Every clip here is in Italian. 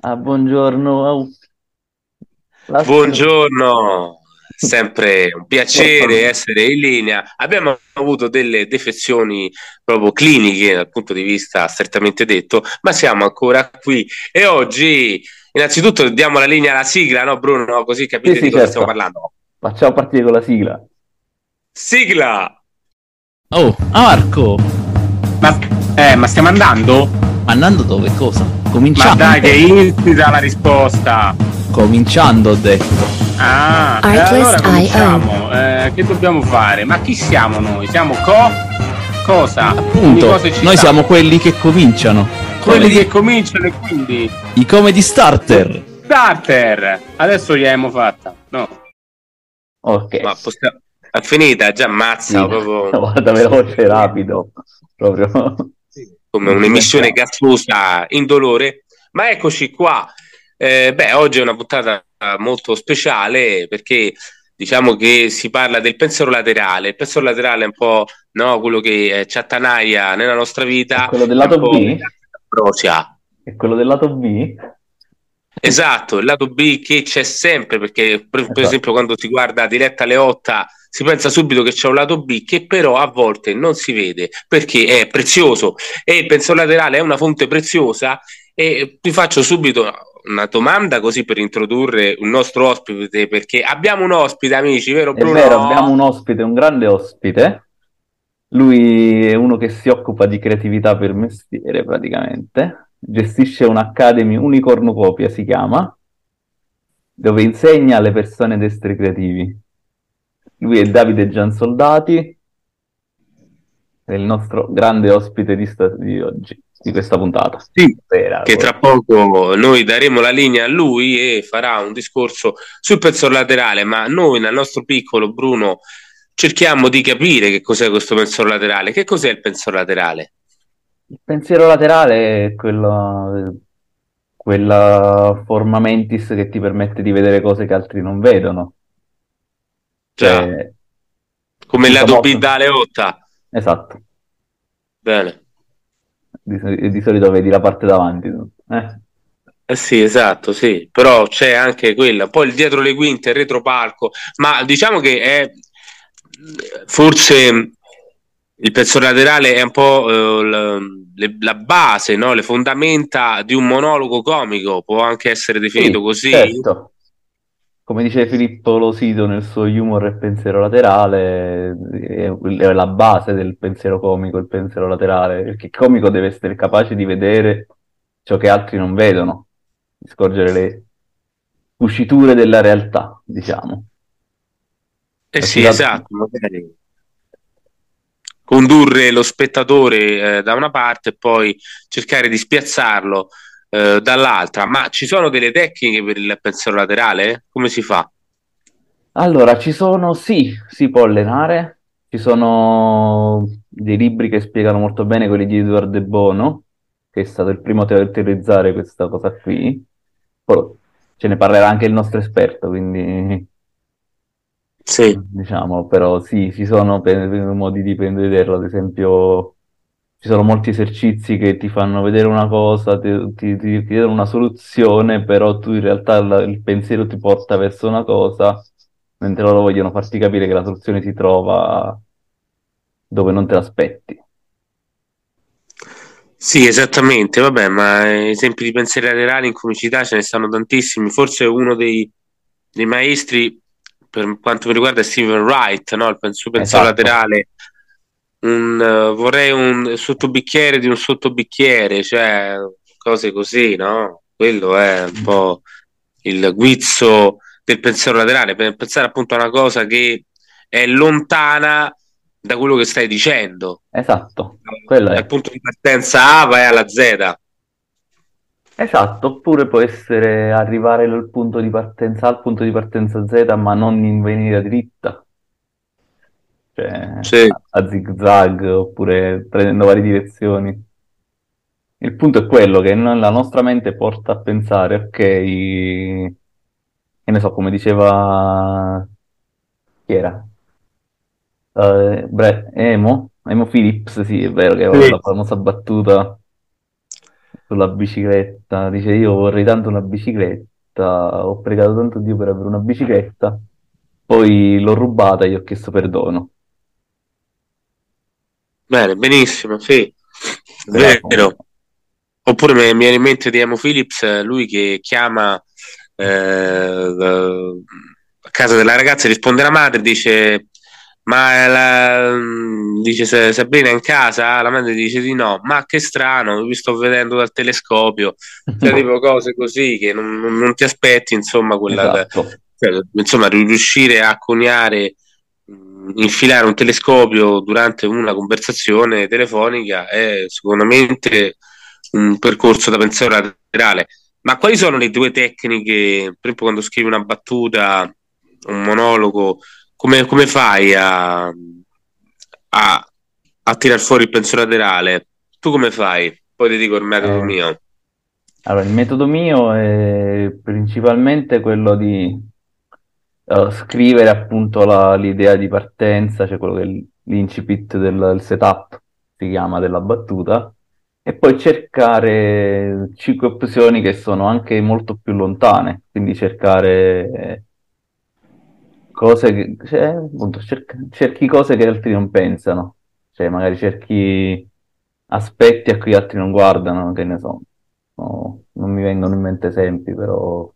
Ah, buongiorno. L'altro... Buongiorno, sempre un piacere Buongiorno. essere in linea. Abbiamo avuto delle defezioni proprio cliniche dal punto di vista strettamente detto, ma siamo ancora qui e oggi innanzitutto diamo la linea alla sigla, no Bruno? Così Sì, capite di sì, cosa stiamo certo. parlando. Facciamo partire con la sigla. Sigla! Oh, Marco! Ma stiamo andando? Ma andando dove? Cosa? Ma dai, che Cominciando! insita la risposta. Cominciando, ho detto. E allora Artlist.io. cominciamo. Che dobbiamo fare? Ma chi siamo noi? Siamo cosa? Quindi Appunto, cosa ci noi sta? siamo quelli che cominciano. Quelli che cominciano e quindi I comedy starter. starter. Adesso gli abbiamo fatta. No. Ok. Ma possiamo... È finita, già ammazza Sì, proprio guarda, veloce, rapido. Proprio. come Non ci un'emissione pensiamo. gassosa indolore. Ma eccoci qua. Oggi è una puntata molto speciale perché diciamo che si parla del pensiero laterale. Il pensiero laterale è un po', no, quello che ci attanaglia nella nostra È vita, quello del è un lato po' B? prosia. È quello del lato B? Esatto, il lato B che c'è sempre, perché per Esatto. esempio quando si guarda Diretta Leotta si pensa subito che c'è un lato B che però a volte non si vede perché è prezioso e il pensiero laterale è una fonte preziosa e ti faccio subito una domanda così per introdurre un nostro ospite perché abbiamo un ospite amici, vero È vero, Bruno? abbiamo un ospite, un grande ospite. Lui è uno che si occupa di creatività per mestiere, praticamente. Gestisce un'Academy, Unicornucopia si chiama, dove insegna alle persone ad essere creativi. Lui è Davide Giansoldati, è il nostro grande ospite di oggi, di questa puntata. Sì, Spera, che tra poco noi daremo la linea a lui e farà un discorso sul pensiero laterale, ma noi nel nostro piccolo Bruno cerchiamo di capire che cos'è questo pensiero laterale. Che cos'è il pensiero laterale? il pensiero laterale è quella forma mentis che ti permette di vedere cose che altri non vedono. Già, Cioè, si come il usa lato B molto. da Aleotta. Esatto, Bene. di solito vedi la parte davanti. Tu. Eh sì, esatto, sì, però c'è anche quella, poi il dietro le quinte, il retropalco, ma diciamo che è forse il pezzo laterale è un po' la base, no? Le fondamenta di un monologo comico, può anche essere definito Sì, così. certo. Come dice Filippo Losido nel suo humor e pensiero laterale, è la base del pensiero comico, il pensiero laterale, perché il comico deve essere capace di vedere ciò che altri non vedono, di scorgere le usciture della realtà, diciamo. Eh Ha sì, citato... esatto, magari condurre lo spettatore da una parte e poi cercare di spiazzarlo dall'altra. Ma ci sono delle tecniche per il pensiero laterale? Come si fa? Allora, ci sono, sì, si può allenare, ci sono dei libri che spiegano molto bene, quelli di Edward De Bono, che è stato il primo a teorizzare questa cosa qui. Poi ce ne parlerà anche il nostro esperto, quindi Sì. diciamo, però sì, ci sono modi di vederlo, ad esempio ci sono molti esercizi che ti fanno vedere una cosa, ti chiedono una soluzione, però tu in realtà il pensiero ti porta verso una cosa, mentre loro vogliono farti capire che la soluzione si trova dove non te l'aspetti. Sì, esattamente, vabbè, ma esempi di pensieri laterali in comicità ce ne stanno tantissimi. Forse uno dei maestri, per quanto mi riguarda, è Steven Wright, no? Suo pensiero Esatto. laterale, vorrei un sottobicchiere di un sottobicchiere, cioè cose così, no? Quello è un po' il guizzo del pensiero laterale, per pensare appunto a una cosa che è lontana da quello che stai dicendo. Esatto, quello Dal è. punto di partenza A vai alla Z. Esatto, oppure può essere arrivare dal punto di partenza A al punto di partenza Z, ma non in venia dritta, cioè Sì. a zig-zag, oppure prendendo varie direzioni. Il punto è quello che la nostra mente porta a pensare, ok, che ne so, come diceva, chi era? Emo Phillips, sì, è vero che aveva Sì. la famosa battuta sulla bicicletta. Dice, io vorrei tanto una bicicletta, ho pregato tanto Dio per avere una bicicletta, poi l'ho rubata e gli ho chiesto perdono. Bene, benissimo, sì, è Però, vero. Oppure mi viene in mente di Emo Phillips, lui che chiama a casa della ragazza, risponde la madre, dice: Ma dice Sabrina è in casa? La madre dice di no, ma che strano, vi sto vedendo dal telescopio, cioè tipo cose così che non ti aspetti, insomma, esatto. cioè, insomma, riuscire a coniare, infilare un telescopio durante una conversazione telefonica è sicuramente un percorso da pensiero laterale. Ma quali sono le tue tecniche, per esempio quando scrivi una battuta, un monologo, come fai a tirar fuori il pensiero laterale? Tu come fai? Poi ti dico il metodo Eh, mio. allora, il metodo mio è principalmente quello di scrivere appunto l'idea di partenza, cioè quello che è l'incipit il setup, si chiama, della battuta, e poi cercare cinque opzioni che sono anche molto più lontane, quindi cercare cose che, cioè, appunto, cerchi cose che altri non pensano, cioè magari cerchi aspetti a cui altri non guardano, che ne so. No, non mi vengono in mente esempi, però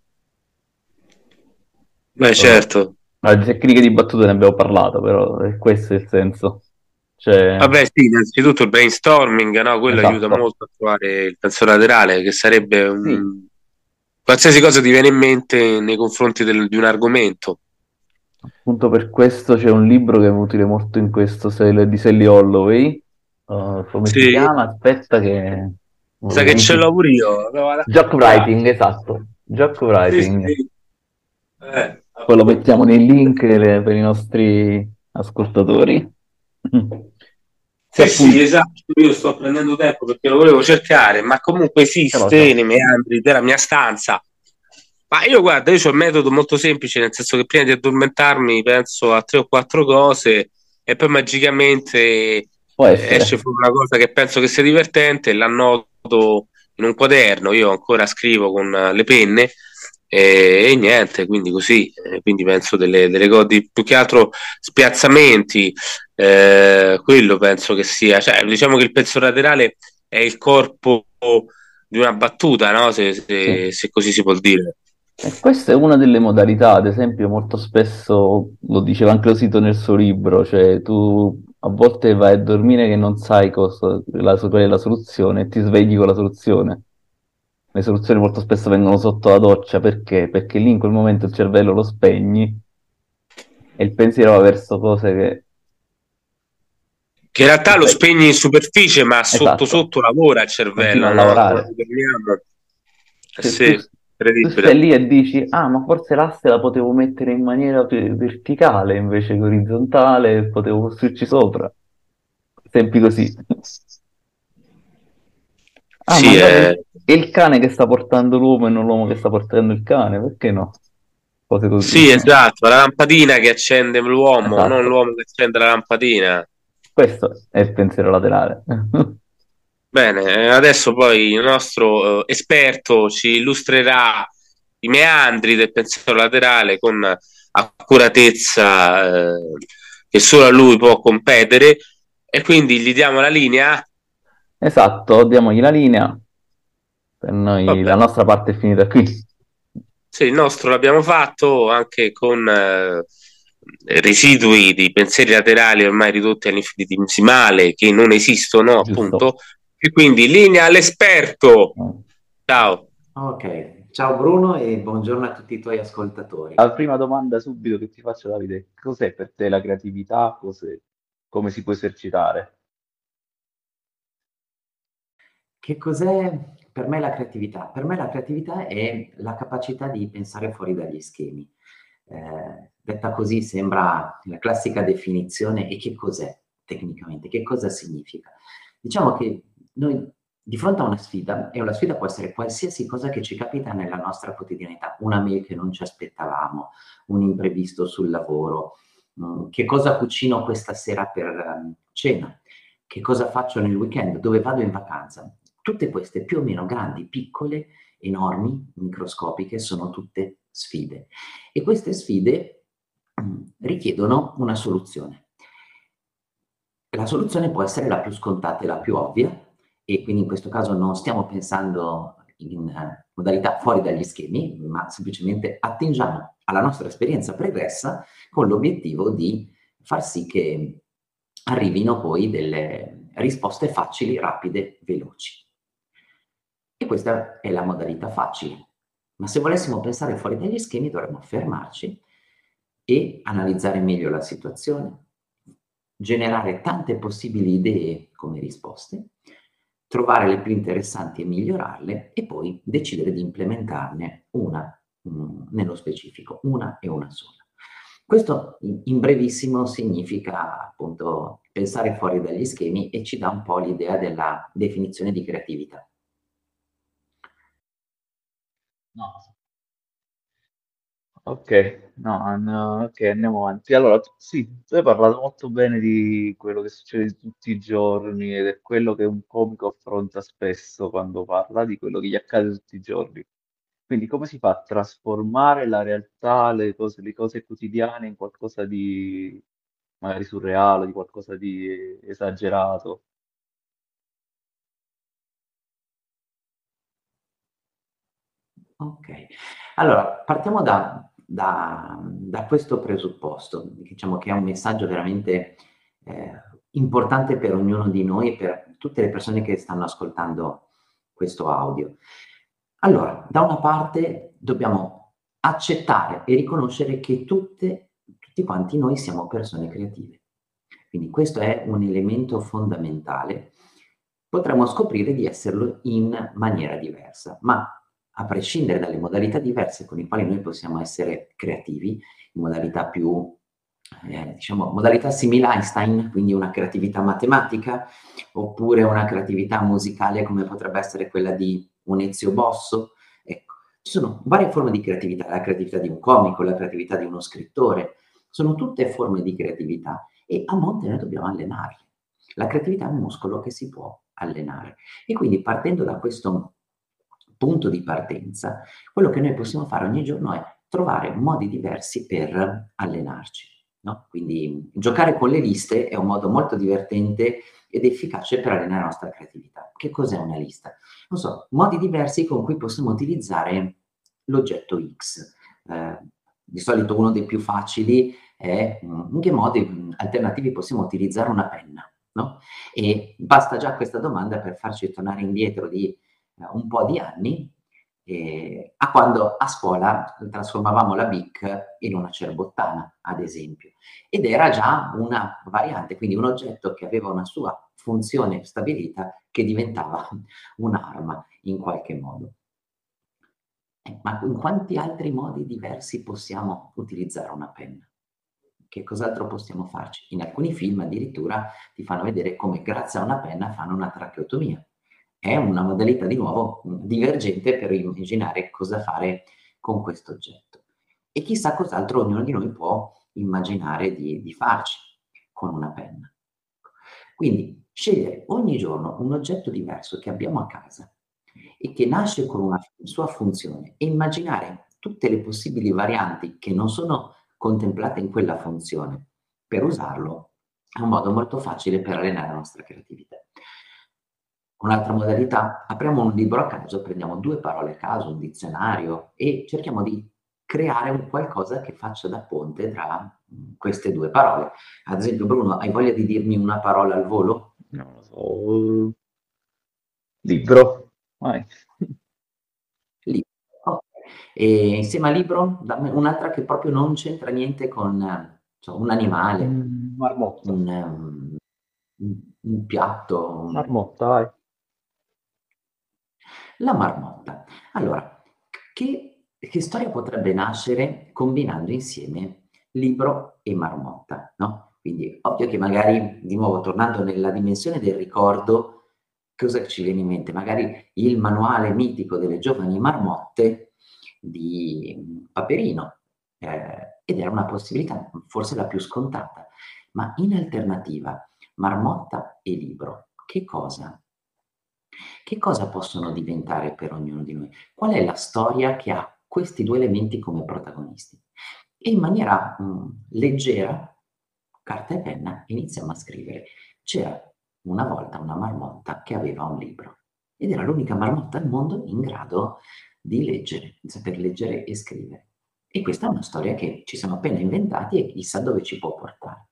Beh, oh, certo. di tecniche di battuta ne abbiamo parlato, però questo è il senso. Cioè, Vabbè, sì, innanzitutto il brainstorming, no? Quello aiuta esatto. molto a trovare il pensiero laterale, che sarebbe Sì, qualsiasi cosa ti viene in mente nei confronti di un argomento. appunto per questo c'è un libro che è utile molto in questo, di Sally Holloway. Come si Sì, chiama? Aspetta che... sa che ce l'ho pure io, lo vado a Joke comprare. writing, esatto. Joke Sì, writing. sì. Poi lo Appunto. mettiamo nei link per i nostri ascoltatori. Che Sì, sì, appunto esatto, io sto prendendo tempo perché lo volevo cercare, ma comunque ce esiste l'ho. nei meandri della mia stanza. Ma io guarda, io ho un metodo molto semplice, nel senso che prima di addormentarmi penso a tre o quattro cose e poi magicamente Può esce essere. fuori una cosa che penso che sia divertente e l'annoto in un quaderno. Io ancora scrivo con le penne e niente, quindi così, quindi penso delle cose, più che altro spiazzamenti, quello penso che sia, cioè diciamo che il pezzo laterale è il corpo di una battuta, no? Sì. Se così si può dire. E questa è una delle modalità, ad esempio, molto spesso lo diceva anche Osito nel suo libro, cioè tu a volte vai a dormire che non sai qual è la soluzione e ti svegli con la soluzione. Le soluzioni molto spesso vengono sotto la doccia, perché? Perché lì in quel momento il cervello lo spegni e il pensiero va verso cose che... Che in realtà lo Beh, spegni in superficie, ma sotto esatto, sotto lavora il continua cervello, a no? Ancora lavorare. ci torniamo. Cioè, tu, Sì, tu stai incredibile. lì e dici, ah, ma forse l'asse la potevo mettere in maniera più verticale invece che orizzontale, potevo costruirci sopra. Esempi così. Ah, ma Sì, allora è il cane che sta portando l'uomo e non l'uomo che sta portando il cane, perché no? Cose così. sì, esatto, la lampadina che accende l'uomo, non Esatto, l'uomo che accende la lampadina. questo è il pensiero laterale. Bene, adesso poi il nostro esperto ci illustrerà i meandri del pensiero laterale con accuratezza che solo a lui può competere e quindi gli diamo la linea. Esatto, diamogli la linea, per noi Vabbè, la nostra parte è finita qui. sì, il nostro l'abbiamo fatto anche con residui di pensieri laterali ormai ridotti all'infinitesimale che non esistono, Giusto. appunto, e quindi linea all'esperto. Ciao. Ok, ciao Bruno e buongiorno a tutti i tuoi ascoltatori. La prima domanda subito che ti faccio, Davide, cos'è per te la creatività? Come si può esercitare? Che cos'è per me la creatività? Per me la creatività è la capacità di pensare fuori dagli schemi. Detta così sembra la classica definizione e che cos'è tecnicamente, che cosa significa? Diciamo che noi di fronte a una sfida, e una sfida può essere qualsiasi cosa che ci capita nella nostra quotidianità, una mail che non ci aspettavamo, un imprevisto sul lavoro, che cosa cucino questa sera per cena, che cosa faccio nel weekend, dove vado in vacanza. tutte queste più o meno grandi, piccole, enormi, microscopiche, sono tutte sfide. E queste sfide richiedono una soluzione. La soluzione può essere la più scontata e la più ovvia, e quindi in questo caso non stiamo pensando in modalità fuori dagli schemi, ma semplicemente attingiamo alla nostra esperienza pregressa con l'obiettivo di far sì che arrivino poi delle risposte facili, rapide, veloci. E questa è la modalità facile. Ma se volessimo pensare fuori dagli schemi dovremmo fermarci e analizzare meglio la situazione, generare tante possibili idee come risposte, trovare le più interessanti e migliorarle e poi decidere di implementarne una nello specifico, una e una sola. Questo in brevissimo significa appunto pensare fuori dagli schemi e ci dà un po' l'idea della definizione di creatività. No. Ok, ok, andiamo avanti. Allora, sì, tu hai parlato molto bene di quello che succede tutti i giorni ed è quello che un comico affronta spesso quando parla di quello che gli accade tutti i giorni. Quindi come si fa a trasformare la realtà, le cose quotidiane in qualcosa di magari surreale, di qualcosa di esagerato? Ok, allora partiamo da questo presupposto, diciamo che è un messaggio veramente importante per ognuno di noi e per tutte le persone che stanno ascoltando questo audio. Allora, da una parte dobbiamo accettare e riconoscere che tutti quanti noi siamo persone creative. Quindi questo è un elemento fondamentale. Potremmo scoprire di esserlo in maniera diversa, ma a prescindere dalle modalità diverse con le quali noi possiamo essere creativi, in modalità più, diciamo, modalità simile a Einstein, quindi una creatività matematica, oppure una creatività musicale come potrebbe essere quella di un Ezio Bosso. Ecco, ci sono varie forme di creatività, la creatività di un comico, la creatività di uno scrittore, sono tutte forme di creatività e a monte noi dobbiamo allenarle. La creatività è un muscolo che si può allenare e quindi partendo da questo punto di partenza, quello che noi possiamo fare ogni giorno è trovare modi diversi per allenarci. No? Quindi giocare con le liste è un modo molto divertente ed efficace per allenare la nostra creatività. Che cos'è una lista? Non so, modi diversi con cui possiamo utilizzare l'oggetto X. Di solito uno dei più facili è in che modi alternativi possiamo utilizzare una penna. No? E basta già questa domanda per farci tornare indietro di un po' di anni a quando a scuola trasformavamo la Bic in una cerbottana, ad esempio, ed era già una variante, quindi un oggetto che aveva una sua funzione stabilita che diventava un'arma in qualche modo. Ma in quanti altri modi diversi possiamo utilizzare una penna? Che cos'altro possiamo farci? In alcuni film addirittura ti fanno vedere come grazie a una penna fanno una tracheotomia. È una modalità di nuovo divergente per immaginare cosa fare con questo oggetto. E chissà cos'altro ognuno di noi può immaginare di farci con una penna. Quindi scegliere ogni giorno un oggetto diverso che abbiamo a casa e che nasce con una sua funzione e immaginare tutte le possibili varianti che non sono contemplate in quella funzione per usarlo è un modo molto facile per allenare la nostra creatività. Un'altra modalità, apriamo un libro a caso, prendiamo 2 parole a caso, un dizionario e cerchiamo di creare un qualcosa che faccia da ponte tra queste 2 parole. Ad esempio, Bruno, hai voglia di dirmi una parola al volo? Non lo so. Libro. Vai. Libro. Okay. E insieme a libro, dammi un'altra che proprio non c'entra niente con un animale, Marmotta. un piatto. Marmotta, vai. La marmotta. Allora, che storia potrebbe nascere combinando insieme libro e marmotta, no? Quindi ovvio che magari, di nuovo, tornando nella dimensione del ricordo, cosa ci viene in mente? Magari il manuale mitico delle giovani marmotte di Paperino, ed era una possibilità, forse la più scontata. Ma in alternativa, marmotta e libro, che cosa Che cosa possono diventare per ognuno di noi? Qual è la storia che ha questi due elementi come protagonisti? E in maniera leggera, carta e penna, iniziamo a scrivere. C'era una volta una marmotta che aveva un libro ed era l'unica marmotta al mondo in grado di leggere, di saper leggere e scrivere. E questa è una storia che ci siamo appena inventati e chissà dove ci può portare.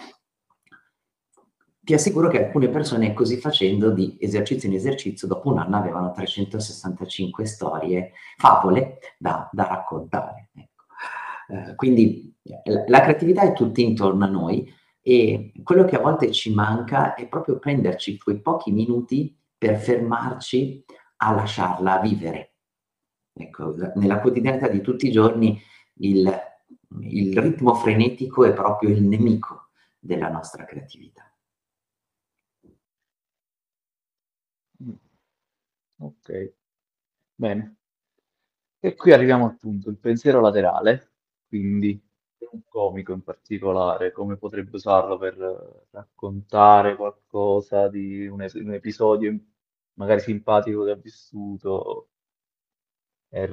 Ti assicuro che alcune persone, così facendo, di esercizio in esercizio, dopo un anno avevano 365 storie, favole da raccontare. Ecco. Quindi la creatività è tutta intorno a noi e quello che a volte ci manca è proprio prenderci quei pochi minuti per fermarci a lasciarla vivere. Ecco, nella quotidianità di tutti i giorni il ritmo frenetico è proprio il nemico della nostra creatività. Ok, bene. E qui arriviamo al punto, il pensiero laterale, quindi un comico in particolare, come potrebbe usarlo per raccontare qualcosa di un episodio magari simpatico che ha vissuto e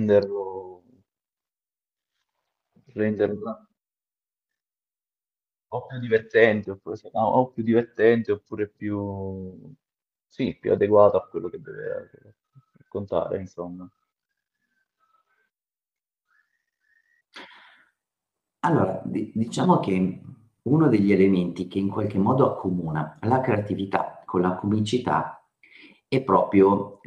renderlo o più divertente, oppure, o più divertente, oppure più, sì, più adeguato a quello che deve raccontare, insomma. Allora, diciamo che uno degli elementi che in qualche modo accomuna la creatività con la comicità è proprio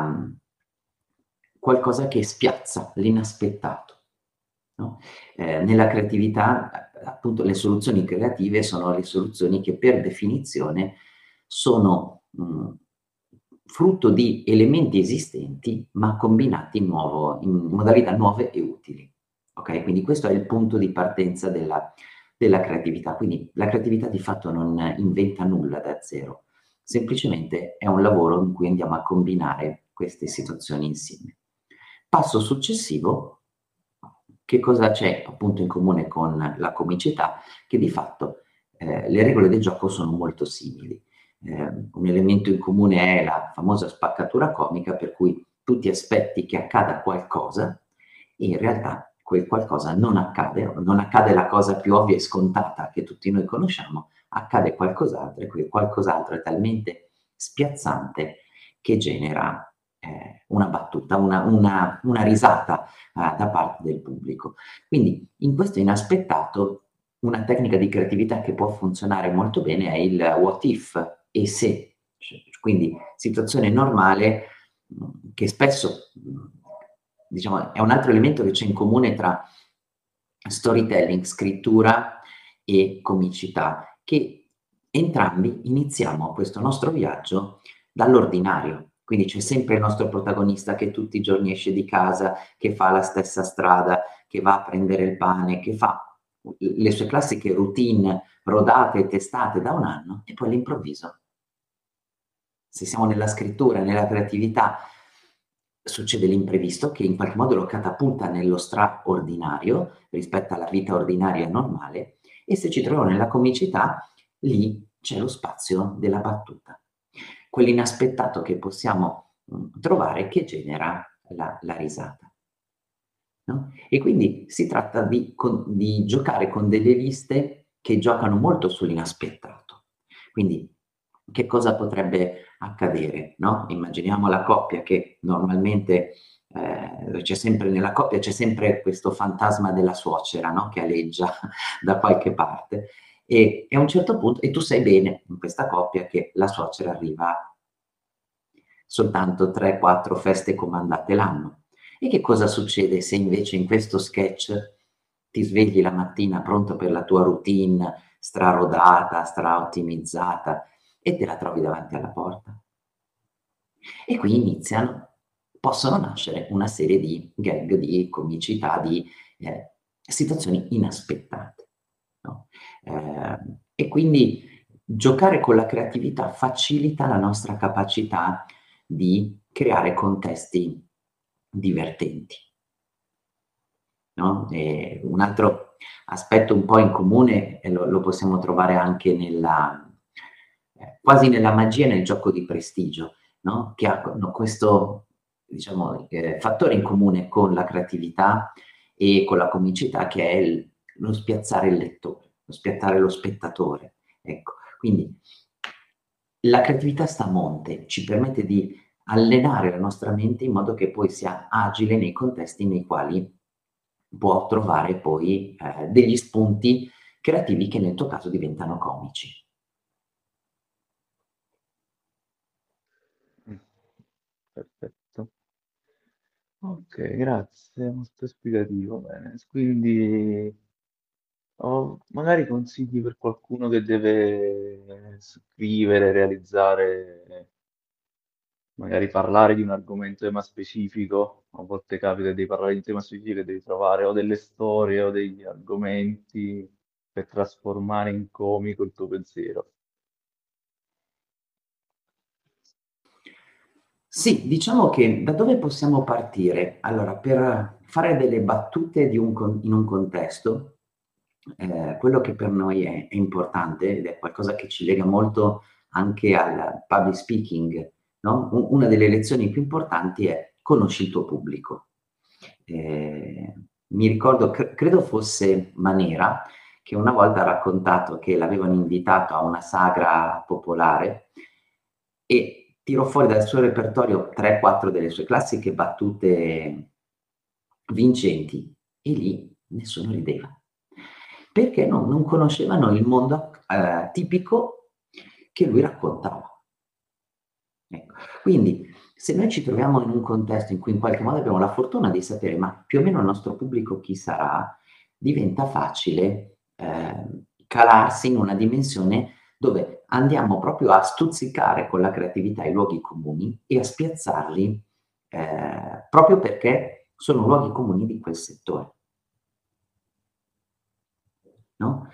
qualcosa che spiazza, l'inaspettato. No? Nella creatività, appunto, le soluzioni creative sono le soluzioni che per definizione sono frutto di elementi esistenti ma combinati in modalità nuove e utili. Ok? Quindi questo è il punto di partenza della creatività. Quindi la creatività di fatto non inventa nulla da zero, semplicemente è un lavoro in cui andiamo a combinare queste situazioni insieme. Passo successivo, che cosa c'è appunto in comune con la comicità? Che di fatto le regole del gioco sono molto simili. Un elemento in comune è la famosa spaccatura comica, per cui tu ti aspetti che accada qualcosa e in realtà quel qualcosa non accade la cosa più ovvia e scontata che tutti noi conosciamo, accade qualcos'altro e quel qualcos'altro è talmente spiazzante che genera una battuta, una risata da parte del pubblico. Quindi in questo inaspettato una tecnica di creatività che può funzionare molto bene è il what if e se, quindi situazione normale che spesso diciamo è un altro elemento che c'è in comune tra storytelling, scrittura e comicità, che entrambi iniziamo questo nostro viaggio dall'ordinario. Quindi c'è sempre il nostro protagonista che tutti i giorni esce di casa, che fa la stessa strada, che va a prendere il pane, che fa le sue classiche routine rodate e testate da un anno e poi all'improvviso, se siamo nella scrittura, nella creatività, succede l'imprevisto che in qualche modo lo catapulta nello straordinario rispetto alla vita ordinaria normale e se ci troviamo nella comicità, lì c'è lo spazio della battuta. Quell'inaspettato che possiamo trovare che genera la risata. No? E quindi si tratta di giocare con delle liste che giocano molto sull'inaspettato. Quindi che cosa potrebbe accadere? No? Immaginiamo la coppia che normalmente c'è sempre nella coppia c'è sempre questo fantasma della suocera, no? Che aleggia da qualche parte. E a un certo punto, e tu sai bene in questa coppia che la suocera arriva soltanto 3-4 feste comandate l'anno. E che cosa succede se invece in questo sketch ti svegli la mattina pronto per la tua routine strarodata, straottimizzata e te la trovi davanti alla porta? E qui possono nascere una serie di gag, di comicità, di situazioni inaspettate. No? E quindi giocare con la creatività facilita la nostra capacità di creare contesti divertenti. No? E un altro aspetto un po' in comune lo possiamo trovare anche quasi nella magia nel gioco di prestigio. no? Che ha questo, diciamo, fattore in comune con la creatività e con la comicità, che è lo spiazzare il lettore, lo spiazzare lo spettatore. Ecco, quindi la creatività sta a monte, ci permette di allenare la nostra mente in modo che poi sia agile nei contesti nei quali può trovare poi degli spunti creativi che nel tuo caso diventano comici. Perfetto. Ok, grazie, molto esplicativo. Bene, quindi magari consigli per qualcuno che deve scrivere, realizzare, magari parlare di un argomento, tema specifico. A volte capita di parlare di un tema specifico e devi trovare o delle storie o degli argomenti per trasformare in comico il tuo pensiero. Sì, diciamo che da dove possiamo partire? Allora, per fare delle battute in un contesto, quello che per noi è importante, ed è qualcosa che ci lega molto anche al public speaking, no? Una delle lezioni più importanti è conosci il tuo pubblico. Mi ricordo, credo fosse Manera, che una volta ha raccontato che l'avevano invitato a una sagra popolare e tirò fuori dal suo repertorio 3-4 delle sue classiche battute vincenti, e lì nessuno rideva, perché non conoscevano il mondo tipico che lui raccontava. Ecco. Quindi, se noi ci troviamo in un contesto in cui in qualche modo abbiamo la fortuna di sapere ma più o meno il nostro pubblico chi sarà, diventa facile calarsi in una dimensione dove andiamo proprio a stuzzicare con la creatività i luoghi comuni e a spiazzarli proprio perché sono luoghi comuni di quel settore. No?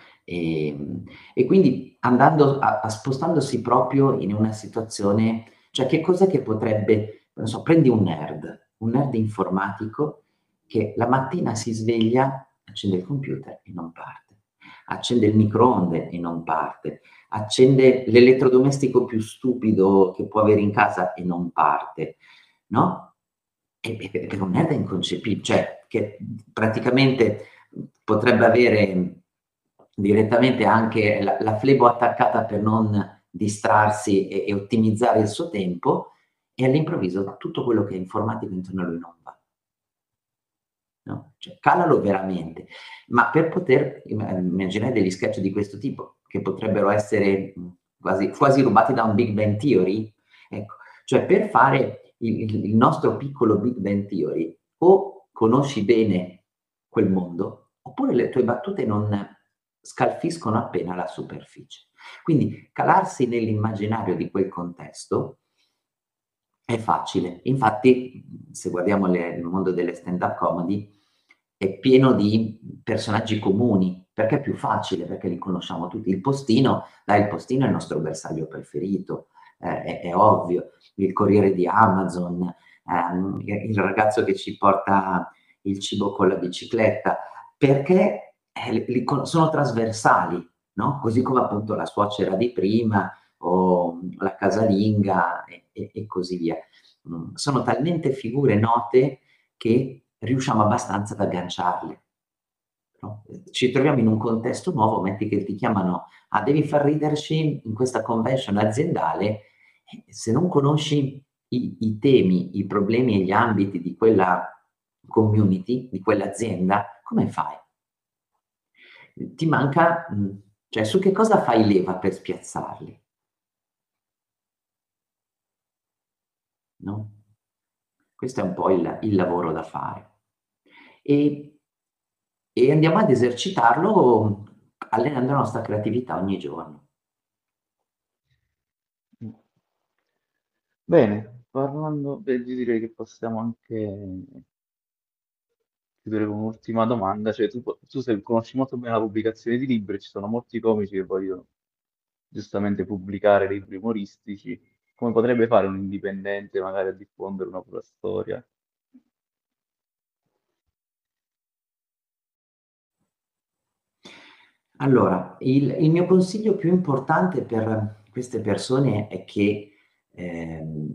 E quindi andando spostandosi proprio in una situazione, cioè che cos'è che potrebbe, non so, prendi un nerd informatico che la mattina si sveglia, accende il computer e non parte, accende il microonde e non parte, accende l'elettrodomestico più stupido che può avere in casa e non parte, no? E per un nerd è inconcepibile, cioè che praticamente potrebbe avere direttamente anche la flebo attaccata per non distrarsi e ottimizzare il suo tempo, e all'improvviso tutto quello che è informatico intorno a lui non va. No? Cioè, calalo veramente, ma per poter immaginare degli sketch di questo tipo, che potrebbero essere quasi rubati da un Big Bang Theory, ecco, cioè per fare il nostro piccolo Big Bang Theory, o conosci bene quel mondo, oppure le tue battute non scalfiscono appena la superficie. Quindi calarsi nell'immaginario di quel contesto è facile. Infatti, se guardiamo il mondo delle stand-up comedy, è pieno di personaggi comuni, perché è più facile, perché li conosciamo tutti. Il postino è il nostro bersaglio preferito, è ovvio. Il corriere di Amazon, il ragazzo che ci porta il cibo con la bicicletta, perché sono trasversali, no? Così come appunto la suocera di prima o la casalinga e così via. Sono talmente figure note che riusciamo abbastanza ad agganciarle. No? Ci troviamo in un contesto nuovo, metti che ti chiamano, devi far riderci in questa convention aziendale, se non conosci i temi, i problemi e gli ambiti di quella community, di quell'azienda, come fai? Ti manca, cioè su che cosa fai leva per spiazzarli? No? Questo è un po' il lavoro da fare. E andiamo ad esercitarlo allenando la nostra creatività ogni giorno. Bene, parlando, io direi che possiamo anche chiudere con un'ultima domanda. Cioè, conosci molto bene la pubblicazione di libri, ci sono molti comici che vogliono giustamente pubblicare libri umoristici. Come potrebbe fare un indipendente magari a diffondere una propria storia? Allora, il mio consiglio più importante per queste persone è che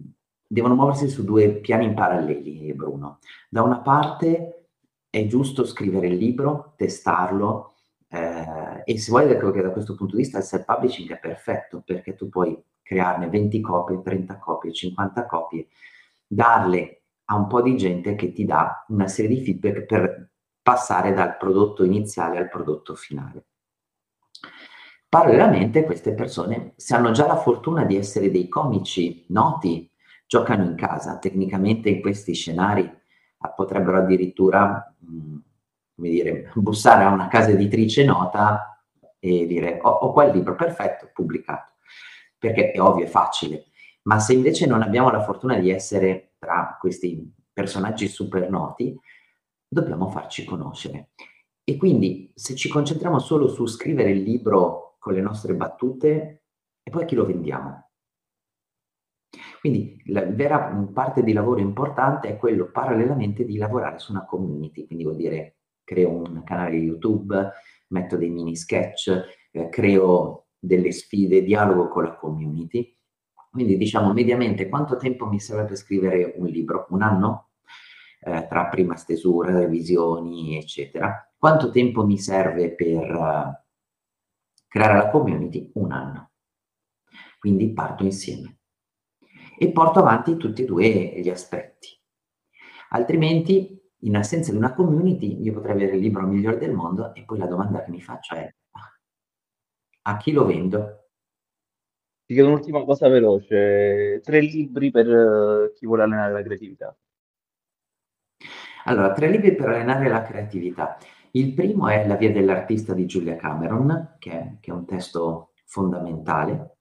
devono muoversi su due piani paralleli, Bruno. Da una parte è giusto scrivere il libro, testarlo, e se vuoi, che da questo punto di vista il self-publishing è perfetto, perché tu puoi crearne 20 copie, 30 copie, 50 copie, darle a un po' di gente che ti dà una serie di feedback per passare dal prodotto iniziale al prodotto finale. Parallelamente queste persone, se hanno già la fortuna di essere dei comici noti, giocano in casa. Tecnicamente in questi scenari potrebbero addirittura come dire, bussare a una casa editrice nota e dire ho quel libro, perfetto, pubblicato, perché è ovvio, è facile. Ma se invece non abbiamo la fortuna di essere tra questi personaggi super noti, dobbiamo farci conoscere. E quindi se ci concentriamo solo su scrivere il libro con le nostre battute, e poi a chi lo vendiamo? Quindi la vera parte di lavoro importante è quello parallelamente di lavorare su una community, quindi vuol dire creo un canale YouTube, metto dei mini sketch, creo delle sfide, dialogo con la community. Quindi diciamo mediamente quanto tempo mi serve per scrivere un libro? Un anno? Tra prima stesura, revisioni, eccetera. Quanto tempo mi serve per creare la community? Un anno. Quindi parto insieme e porto avanti tutti e due gli aspetti. Altrimenti, in assenza di una community, io potrei avere il libro migliore del mondo e poi la domanda che mi faccio è: a chi lo vendo? Ti chiedo un'ultima cosa veloce, 3 libri per chi vuole allenare la creatività. Allora, 3 libri per allenare la creatività. Il primo è La via dell'artista di Julia Cameron, che è un testo fondamentale.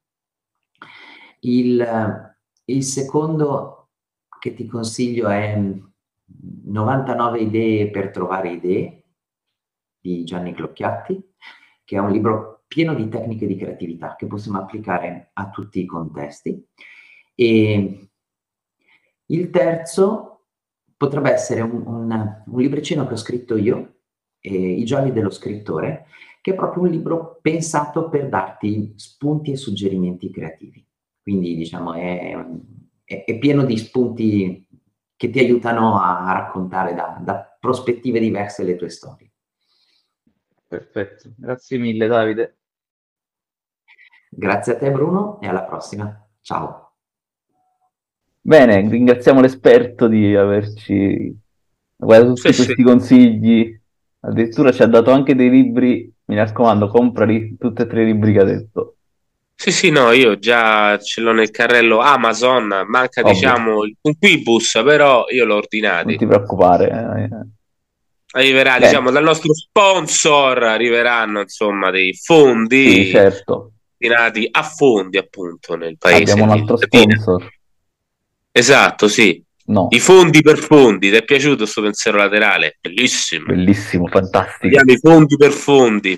Il secondo che ti consiglio è 99 idee per trovare idee di Gianni Clocchiatti, che è un libro pieno di tecniche di creatività che possiamo applicare a tutti i contesti. E il terzo potrebbe essere un libricino che ho scritto io, I gialli dello scrittore, che è proprio un libro pensato per darti spunti e suggerimenti creativi. Quindi diciamo è pieno di spunti che ti aiutano a raccontare da prospettive diverse le tue storie. Perfetto, grazie mille Davide. Grazie a te Bruno e alla prossima. Ciao. Bene, ringraziamo l'esperto di averci guardato tutti questi consigli. Addirittura ci ha dato anche dei libri, mi raccomando, comprali tutti e 3 i libri che ha detto. Sì, no, io già ce l'ho nel carrello Amazon, manca Ovvio. diciamo un Quibus, però io l'ho ordinato. Non ti preoccupare. Arriverà, diciamo, dal nostro sponsor arriveranno insomma dei fondi, sì, certo, destinati a fondi appunto nel paese. Abbiamo un altro sponsor. Esatto, sì. No. I fondi per fondi. Ti è piaciuto sto pensiero laterale? Bellissimo. Bellissimo, fantastico. Abbiamo i fondi per fondi.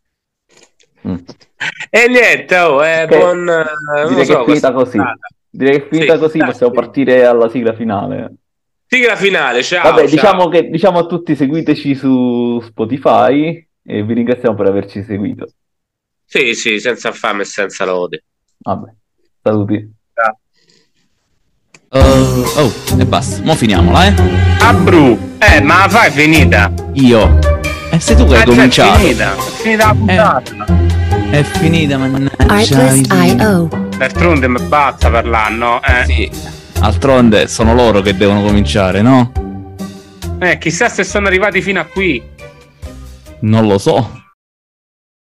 E niente, buon... Direi che è finita così. Direi che è finita così, possiamo partire alla sigla finale. Sigla finale, ciao. Vabbè, ciao. Diciamo a tutti, seguiteci su Spotify e vi ringraziamo per averci seguito. Sì, senza fame e senza lode. Vabbè, saluti. E basta, mo finiamola, Abru, ma la fai finita? Io? Sei tu che hai cominciato. È finita la puntata. È finita, mannaggia. Artlist.io. D'altronde mi basta parlare, no? Sì, d'altronde sono loro che devono cominciare, no? Chissà se sono arrivati fino a qui. Non lo so.